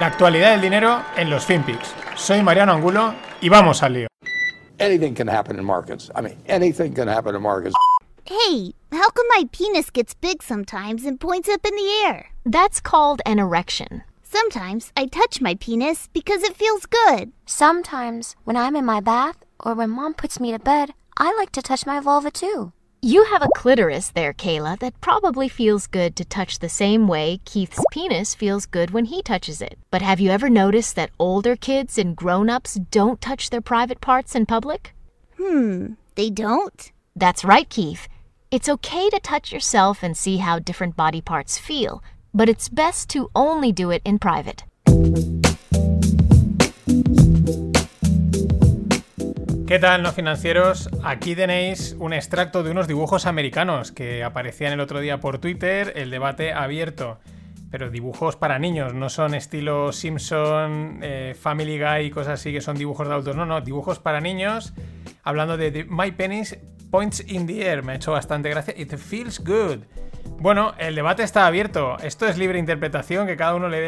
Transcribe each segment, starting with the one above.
La actualidad del dinero en los FinPix. Soy Mariano Angulo y vamos al lío. Anything can happen in markets. I mean, anything can happen in markets. Hey, how come my penis gets big sometimes and points up in the air? That's called an erection. Sometimes I touch my penis because it feels good. Sometimes when I'm in my bath or when Mom puts me to bed, I like to touch my vulva too. You have a clitoris there, Kayla, that probably feels good to touch the same way Keith's penis feels good when he touches it. But have you ever noticed that older kids and grown-ups don't touch their private parts in public? They don't? That's right, Keith. It's okay to touch yourself and see how different body parts feel, but it's best to only do it in private. ¿Qué tal, no financieros? Aquí tenéis un extracto de unos dibujos americanos que aparecían el otro día por Twitter, el debate abierto. Pero dibujos para niños, no son estilo Simpson, Family Guy y cosas así que son dibujos de adultos. No, dibujos para niños. Hablando de My Penis Points in the Air, me ha hecho bastante gracia. It feels good. Bueno, el debate está abierto. Esto es libre interpretación, que cada uno le dé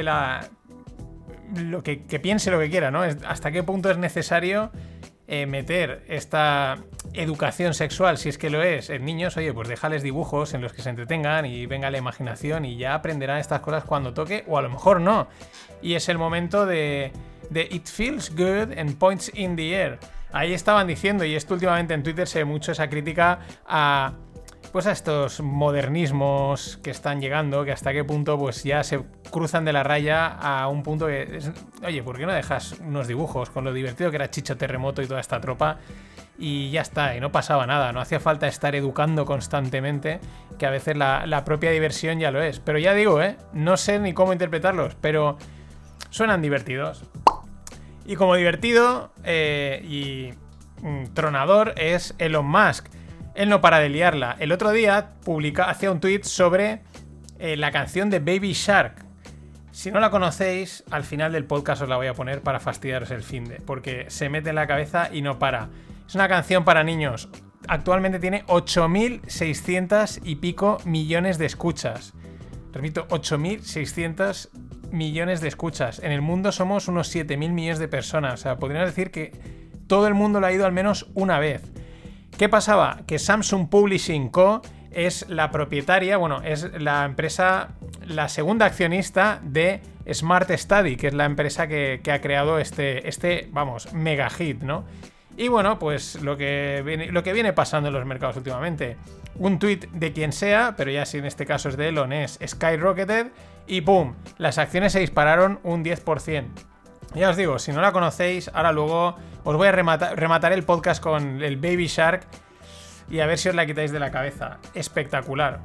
que piense lo que quiera, ¿no? Hasta qué punto es necesario meter esta educación sexual, si es que lo es, en niños. Oye, pues déjales dibujos en los que se entretengan y venga la imaginación y ya aprenderán estas cosas cuando toque, o a lo mejor no. Y es el momento de It feels good and points in the air. Ahí estaban diciendo, y esto últimamente en Twitter se ve mucho esa crítica a estos modernismos que están llegando, que hasta qué punto pues ya se cruzan de la raya a un punto que es, oye, ¿por qué no dejas unos dibujos con lo divertido que era Chicho Terremoto y toda esta tropa? Y ya está, y no pasaba nada, no hacía falta estar educando constantemente, que a veces la propia diversión ya lo es. Pero ya digo, no sé ni cómo interpretarlos, pero suenan divertidos. Y como divertido y tronador es Elon Musk. Él no para de liarla. El otro día hacía un tweet sobre la canción de Baby Shark. Si no la conocéis, al final del podcast os la voy a poner para fastidiaros el finde, porque se mete en la cabeza y no para. Es una canción para niños. Actualmente tiene 8.600 y pico millones de escuchas. Repito, 8.600 millones de escuchas. En el mundo somos unos 7.000 millones de personas. O sea, podríamos decir que todo el mundo lo ha ido al menos una vez. ¿Qué pasaba? Que Samsung Publishing Co. es la propietaria, es la empresa, la segunda accionista de Smart Study, que es la empresa que ha creado este mega hit, ¿no? Y bueno, pues lo que viene pasando en los mercados últimamente. Un tweet de quien sea, pero ya si en este caso es de Elon, es skyrocketed y ¡pum! Las acciones se dispararon un 10%. Ya os digo, si no la conocéis, ahora luego os voy a rematar el podcast con el Baby Shark y a ver si os la quitáis de la cabeza. Espectacular.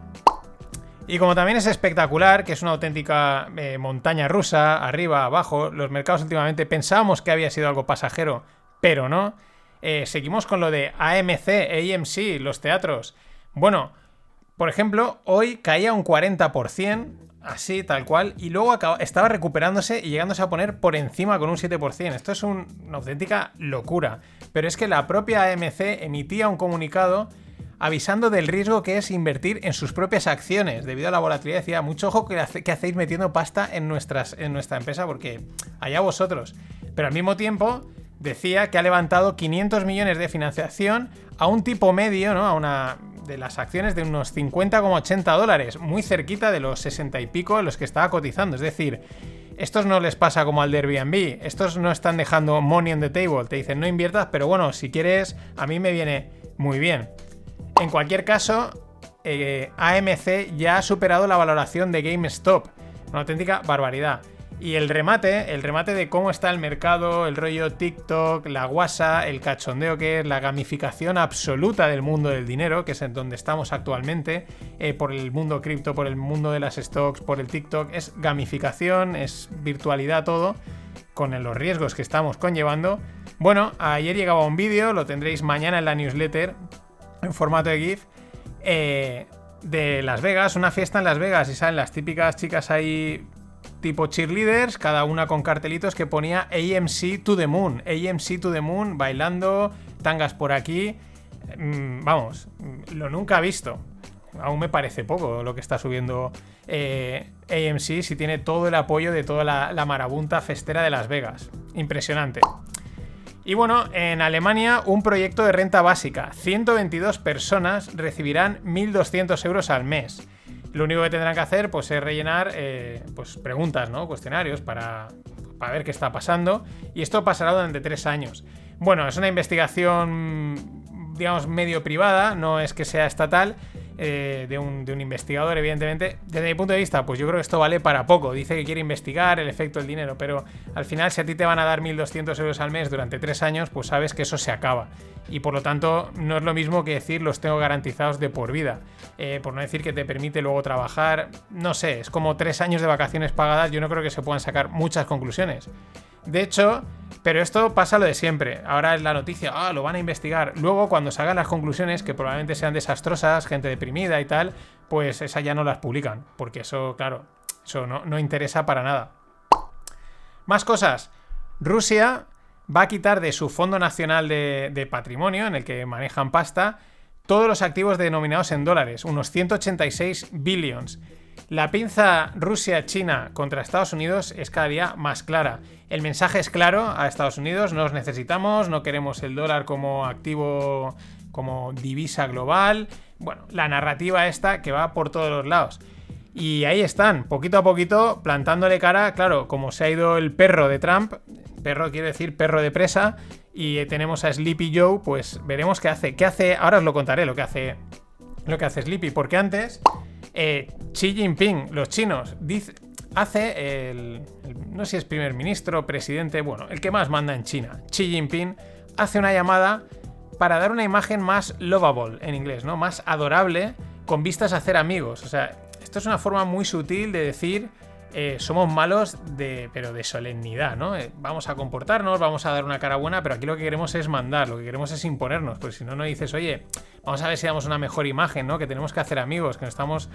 Y como también es espectacular, que es una auténtica montaña rusa, arriba, abajo, los mercados últimamente pensábamos que había sido algo pasajero, pero no. Seguimos con lo de AMC, los teatros. Bueno, por ejemplo, hoy caía un 40%, así, tal cual, y luego estaba recuperándose y llegándose a poner por encima con un 7%. Esto es una auténtica locura. Pero es que la propia AMC emitía un comunicado avisando del riesgo que es invertir en sus propias acciones. Debido a la volatilidad, decía, mucho ojo que hacéis metiendo pasta en nuestra empresa, porque allá vosotros. Pero al mismo tiempo decía que ha levantado 500 millones de financiación a un tipo medio, ¿no? A una de las acciones de unos 50,80 dólares, muy cerquita de los 60 y pico en los que estaba cotizando. Es decir, estos no les pasa como al de Airbnb, estos no están dejando money on the table, te dicen no inviertas, pero bueno, si quieres, a mí me viene muy bien. En cualquier caso, AMC ya ha superado la valoración de GameStop, una auténtica barbaridad. Y el remate de cómo está el mercado, el rollo TikTok, la guasa, el cachondeo que es, la gamificación absoluta del mundo del dinero, que es en donde estamos actualmente, por el mundo cripto, por el mundo de las stocks, por el TikTok, es gamificación, es virtualidad todo, con los riesgos que estamos conllevando. Bueno, ayer llegaba un vídeo, lo tendréis mañana en la newsletter, en formato de GIF, de Las Vegas, una fiesta en Las Vegas, y salen las típicas chicas ahí tipo cheerleaders, cada una con cartelitos que ponía AMC to the Moon, bailando, tangas por aquí, lo nunca visto. aún me parece poco lo que está subiendo AMC si tiene todo el apoyo de toda la marabunta festera de Las Vegas. Impresionante. Y bueno, en Alemania un proyecto de renta básica. 122 personas recibirán 1.200 euros al mes. Lo único que tendrán que hacer pues, es rellenar pues, preguntas, ¿no? Cuestionarios para ver qué está pasando. Y esto pasará durante 3 años. Bueno, es una investigación, digamos, medio privada, no es que sea estatal, de un investigador, evidentemente. Desde mi punto de vista, pues yo creo que esto vale para poco. Dice que quiere investigar el efecto del dinero, pero al final, si a ti te van a dar 1.200 euros al mes durante 3 años, pues sabes que eso se acaba. Y por lo tanto, no es lo mismo que decir los tengo garantizados de por vida. Por no decir que te permite luego trabajar. No sé, es como 3 años de vacaciones pagadas. Yo no creo que se puedan sacar muchas conclusiones. De hecho, pero esto pasa lo de siempre. Ahora es la noticia, lo van a investigar. Luego, cuando salgan las conclusiones, que probablemente sean desastrosas, gente deprimida y tal, pues esas ya no las publican. Porque eso, claro, eso no interesa para nada. Más cosas. Rusia va a quitar de su Fondo Nacional de Patrimonio, en el que manejan pasta, todos los activos denominados en dólares, unos 186 billions. La pinza Rusia-China contra Estados Unidos es cada día más clara. El mensaje es claro a Estados Unidos: no os necesitamos, no queremos el dólar como activo, como divisa global. Bueno, la narrativa esta que va por todos los lados. Y ahí están, poquito a poquito, plantándole cara. Claro, como se ha ido el perro de Trump, perro quiere decir perro de presa, y tenemos a Sleepy Joe, pues veremos qué hace. ¿Qué hace? Ahora os lo contaré lo que hace Sleepy, porque antes Xi Jinping, los chinos, hace no sé si es primer ministro, presidente, bueno, el que más manda en China, Xi Jinping, hace una llamada para dar una imagen más lovable en inglés, ¿no? Más adorable, con vistas a hacer amigos. O sea, esto es una forma muy sutil de decir somos malos pero de solemnidad, ¿no? Vamos a comportarnos, vamos a dar una cara buena, pero aquí lo que queremos es mandar, lo que queremos es imponernos, pues si no dices, oye, vamos a ver si damos una mejor imagen, ¿no? Que tenemos que hacer amigos, que nos estamos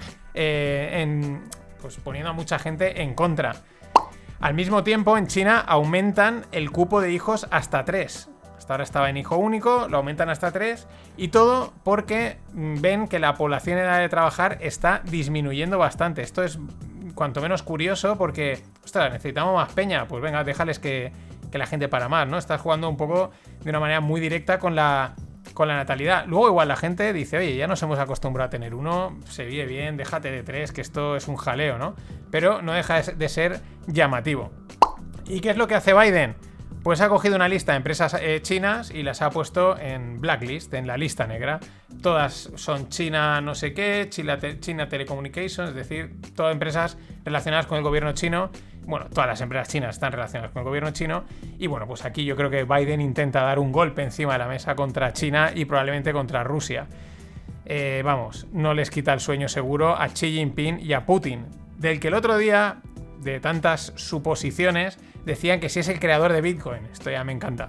pues poniendo a mucha gente en contra. Al mismo tiempo, en China aumentan el cupo de hijos hasta 3. Hasta ahora estaba en hijo único, lo aumentan hasta 3, y todo porque ven que la población en edad de trabajar está disminuyendo bastante. Esto es cuanto menos curioso porque, ostras, necesitamos más peña, pues venga, déjales que la gente para más, ¿no? Estás jugando un poco de una manera muy directa con la natalidad. Luego igual la gente dice, oye, ya nos hemos acostumbrado a tener uno, se vive bien, déjate de 3, que esto es un jaleo, ¿no? Pero no deja de ser llamativo. ¿Y qué es lo que hace Biden? Pues ha cogido una lista de empresas chinas y las ha puesto en blacklist, en la lista negra. Todas son China no sé qué, China Telecommunications, es decir, todas empresas relacionadas con el gobierno chino. Bueno, todas las empresas chinas están relacionadas con el gobierno chino. Y bueno, pues aquí yo creo que Biden intenta dar un golpe encima de la mesa contra China y probablemente contra Rusia. Vamos, no les quita el sueño seguro a Xi Jinping y a Putin, del que el otro día, de tantas suposiciones, decían que sí es el creador de Bitcoin. Esto ya me encanta.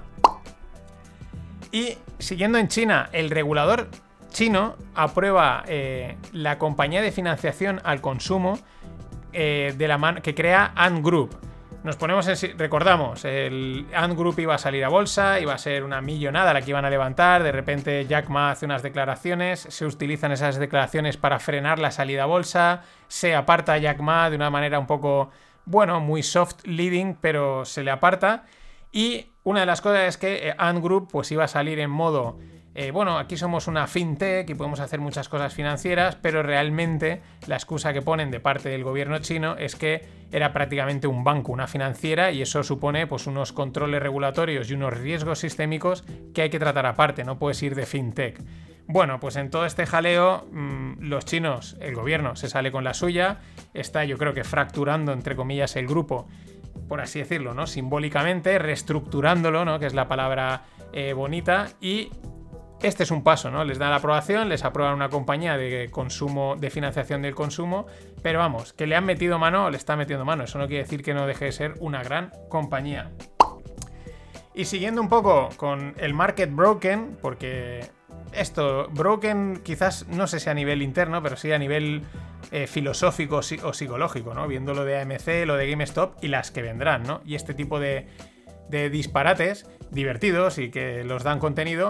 Y siguiendo en China, el regulador chino aprueba la compañía de financiación al consumo que crea Ant Group. Nos ponemos recordamos, el Ant Group iba a salir a bolsa, iba a ser una millonada la que iban a levantar. De repente Jack Ma hace unas declaraciones, se utilizan esas declaraciones para frenar la salida a bolsa, se aparta Jack Ma de una manera un poco, bueno, muy soft leading, pero se le aparta. Y una de las cosas es que Ant Group pues iba a salir en modo bueno, aquí somos una fintech y podemos hacer muchas cosas financieras, pero realmente la excusa que ponen de parte del gobierno chino es que era prácticamente un banco, una financiera, y eso supone pues unos controles regulatorios y unos riesgos sistémicos que hay que tratar aparte, no puedes ir de fintech. Bueno, pues en todo este jaleo, los chinos, el gobierno se sale con la suya, está yo creo que fracturando entre comillas el grupo, por así decirlo, ¿no? Simbólicamente, reestructurándolo, ¿no? Que es la palabra bonita, y este es un paso, ¿no? Les dan la aprobación, les aprueban una compañía de consumo, de financiación del consumo, pero vamos, que le han metido mano, le está metiendo mano. Eso no quiere decir que no deje de ser una gran compañía. Y siguiendo un poco con el market broken, porque esto, broken quizás no sé si a nivel interno, pero sí a nivel filosófico o psicológico, ¿no? Viendo lo de AMC, lo de GameStop y las que vendrán, ¿no? Y este tipo de disparates divertidos y que los dan contenido,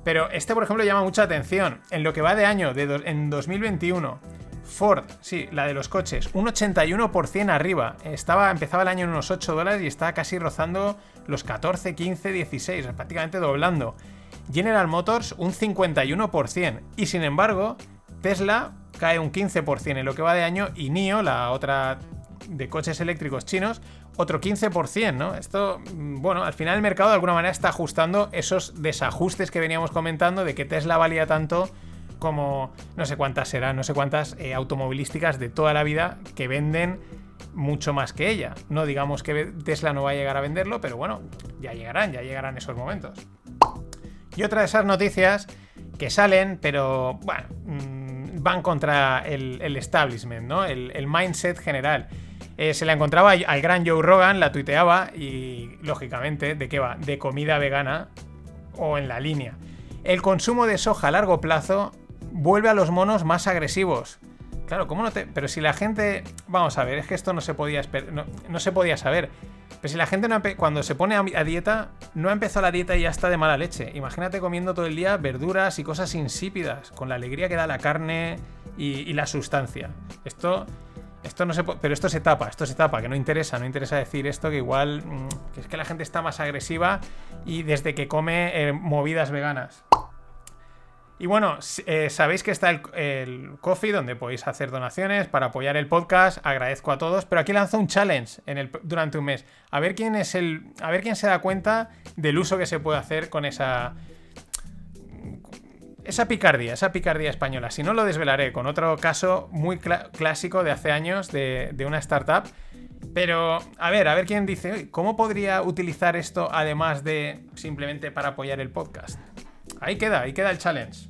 Pero por ejemplo, llama mucha atención. En lo que va de año, en 2021, Ford, sí, la de los coches, un 81% arriba. Empezaba el año en unos $8 y está casi rozando los 14, 15, 16, prácticamente doblando. General Motors, un 51%. Y sin embargo, Tesla cae un 15% en lo que va de año y NIO, la otra de coches eléctricos chinos, otro 15%, ¿no? Esto, bueno, al final el mercado de alguna manera está ajustando esos desajustes que veníamos comentando de que Tesla valía tanto como no sé cuántas serán, no sé cuántas automovilísticas de toda la vida que venden mucho más que ella. No digamos que Tesla no va a llegar a venderlo, pero bueno, ya llegarán esos momentos. Y otra de esas noticias que salen, pero bueno, van contra el establishment, ¿no? El mindset general. Se la encontraba al gran Joe Rogan, la tuiteaba y, lógicamente, ¿de qué va? De comida vegana o en la línea. El consumo de soja a largo plazo vuelve a los monos más agresivos. Claro, ¿cómo no te...? Pero si la gente... Vamos a ver, es que esto no se podía no se podía saber. Pero si la gente cuando se pone a dieta, no ha empezado la dieta y ya está de mala leche. Imagínate comiendo todo el día verduras y cosas insípidas, con la alegría que da la carne y la sustancia. Esto no se puede, pero esto se tapa, que no interesa decir esto, que igual que es que la gente está más agresiva y desde que come movidas veganas. Y bueno, sabéis que está el Ko-fi, donde podéis hacer donaciones para apoyar el podcast. Agradezco a todos, pero aquí lanzo un challenge durante un mes. A ver quién se da cuenta del uso que se puede hacer con esa picardía española. Si no, lo desvelaré con otro caso muy clásico de hace años de una startup. Pero a ver quién dice, ¿cómo podría utilizar esto además de simplemente para apoyar el podcast? Ahí queda el challenge.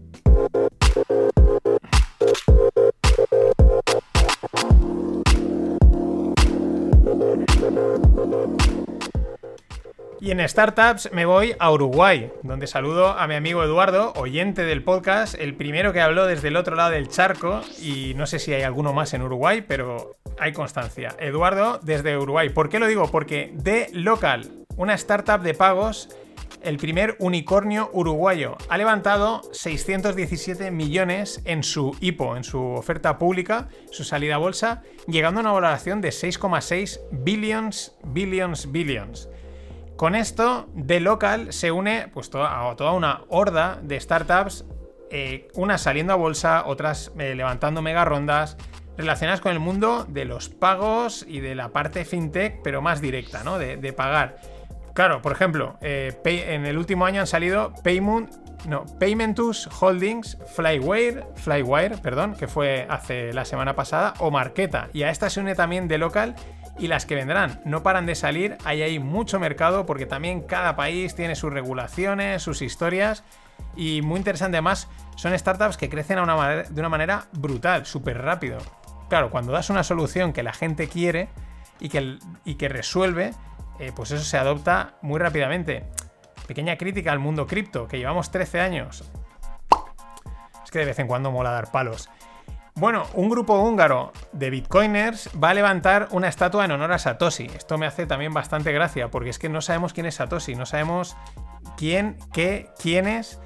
Y en startups me voy a Uruguay, donde saludo a mi amigo Eduardo, oyente del podcast, el primero que habló desde el otro lado del charco, y no sé si hay alguno más en Uruguay, pero hay constancia. Eduardo, desde Uruguay. ¿Por qué lo digo? Porque dLocal, una startup de pagos, el primer unicornio uruguayo, ha levantado 617 millones en su IPO, en su oferta pública, su salida a bolsa, llegando a una valoración de 6,6 billions. Con esto, dLocal se une pues, a toda una horda de startups, unas saliendo a bolsa, otras levantando mega rondas, relacionadas con el mundo de los pagos y de la parte fintech, pero más directa, ¿no? De pagar. Claro, por ejemplo, en el último año han salido Paymentus Holdings, Flywire, que fue hace la semana pasada, o Marqeta. Y a esta se une también dLocal. Y las que vendrán no paran de salir, hay mucho mercado porque también cada país tiene sus regulaciones, sus historias y muy interesante además, son startups que crecen de una manera brutal, súper rápido. Claro, cuando das una solución que la gente quiere y que resuelve, pues eso se adopta muy rápidamente. Pequeña crítica al mundo cripto, que llevamos 13 años. Es que de vez en cuando mola dar palos. Bueno, un grupo húngaro de bitcoiners va a levantar una estatua en honor a Satoshi. Esto me hace también bastante gracia, porque es que no sabemos quién es Satoshi, no sabemos quiénes.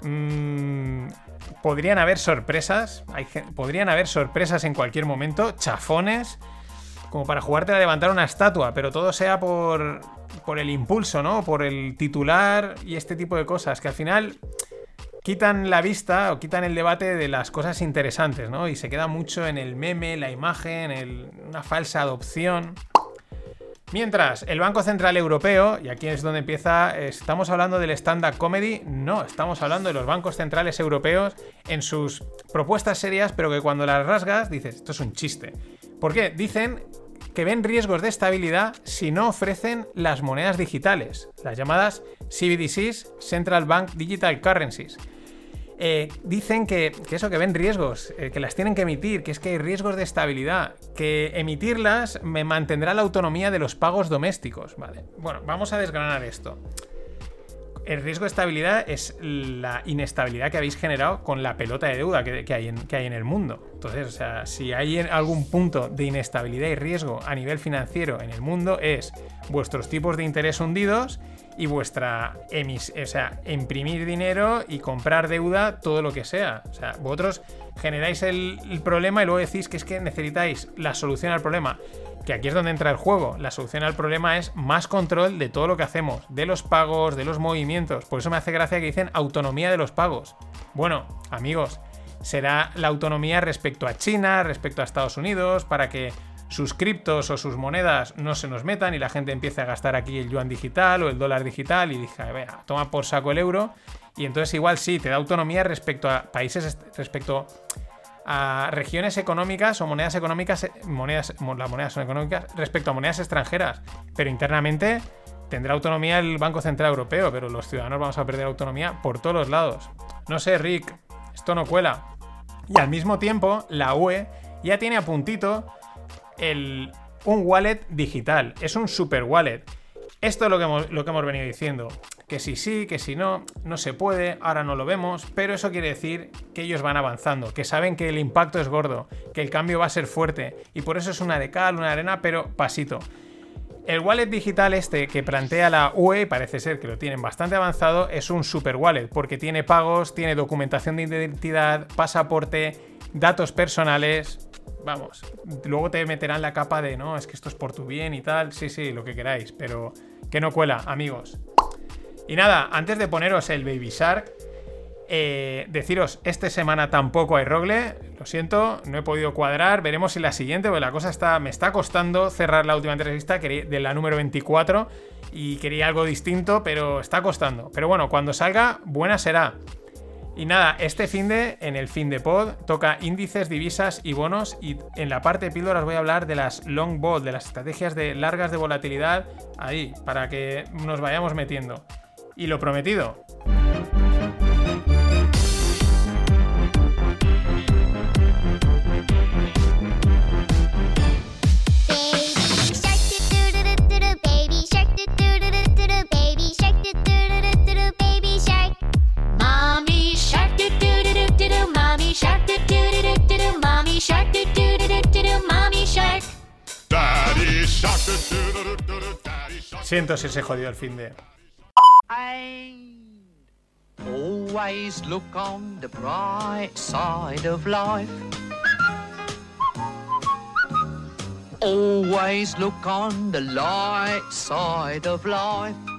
Podrían haber sorpresas, podrían haber sorpresas en cualquier momento, chafones, como para jugarte a levantar una estatua, pero todo sea por el impulso, ¿no? Por el titular y este tipo de cosas, que al final quitan la vista o quitan el debate de las cosas interesantes, ¿no? Y se queda mucho en el meme, la imagen, una falsa adopción. Mientras, el Banco Central Europeo, y aquí es donde empieza, ¿estamos hablando del stand-up comedy? No, estamos hablando de los bancos centrales europeos en sus propuestas serias, pero que cuando las rasgas dices, esto es un chiste. ¿Por qué? Dicen que ven riesgos de estabilidad si no ofrecen las monedas digitales, las llamadas CBDCs, Central Bank Digital Currencies. Dicen que ven riesgos, que las tienen que emitir, que es que hay riesgos de estabilidad, que emitirlas me mantendrá la autonomía de los pagos domésticos. Vale, bueno, vamos a desgranar esto. El riesgo de estabilidad es la inestabilidad que habéis generado con la pelota de deuda que hay en el mundo. Entonces, o sea, si hay algún punto de inestabilidad y riesgo a nivel financiero en el mundo, es vuestros tipos de interés hundidos y vuestra imprimir dinero y comprar deuda, todo lo que sea. O sea, vosotros generáis el problema y luego decís que es que necesitáis la solución al problema. Que aquí es donde entra el juego. La solución al problema es más control de todo lo que hacemos, de los pagos, de los movimientos. Por eso me hace gracia que dicen autonomía de los pagos. Bueno, amigos, será la autonomía respecto a China, respecto a Estados Unidos, para que sus criptos o sus monedas no se nos metan y la gente empiece a gastar aquí el yuan digital o el dólar digital y diga, vea, toma por saco el euro. Y entonces igual sí, te da autonomía respecto a países, respecto a regiones económicas o monedas económicas, las monedas son económicas respecto a monedas extranjeras, pero internamente tendrá autonomía el Banco Central Europeo, pero los ciudadanos vamos a perder autonomía por todos los lados. No sé, Rick, esto no cuela. Y al mismo tiempo, la UE ya tiene a puntito un wallet digital, es un super wallet. Esto es lo que hemos venido diciendo. Que si sí, que si no, no se puede, ahora no lo vemos, pero eso quiere decir que ellos van avanzando, que saben que el impacto es gordo, que el cambio va a ser fuerte, y por eso es una de cal, una de arena, pero pasito. El wallet digital este que plantea la UE, y parece ser que lo tienen bastante avanzado, es un super wallet, porque tiene pagos, tiene documentación de identidad, pasaporte, datos personales. Vamos, luego te meterán la capa de no, es que esto es por tu bien y tal, sí, lo que queráis, pero que no cuela, amigos. Y nada, antes de poneros el Baby Shark, deciros, esta semana tampoco hay Rogle, lo siento, no he podido cuadrar, veremos si la siguiente, porque la cosa me está costando cerrar la última entrevista de la número 24 y quería algo distinto, pero está costando. Pero bueno, cuando salga, buena será. Y nada, en el fin de pod, toca índices, divisas y bonos, y en la parte de píldoras voy a hablar de las long vol, de las estrategias largas de volatilidad, ahí, para que nos vayamos metiendo. Y lo prometido. Siento si se jodió el fin de... Always look on the bright side of life. Always look on the light side of life.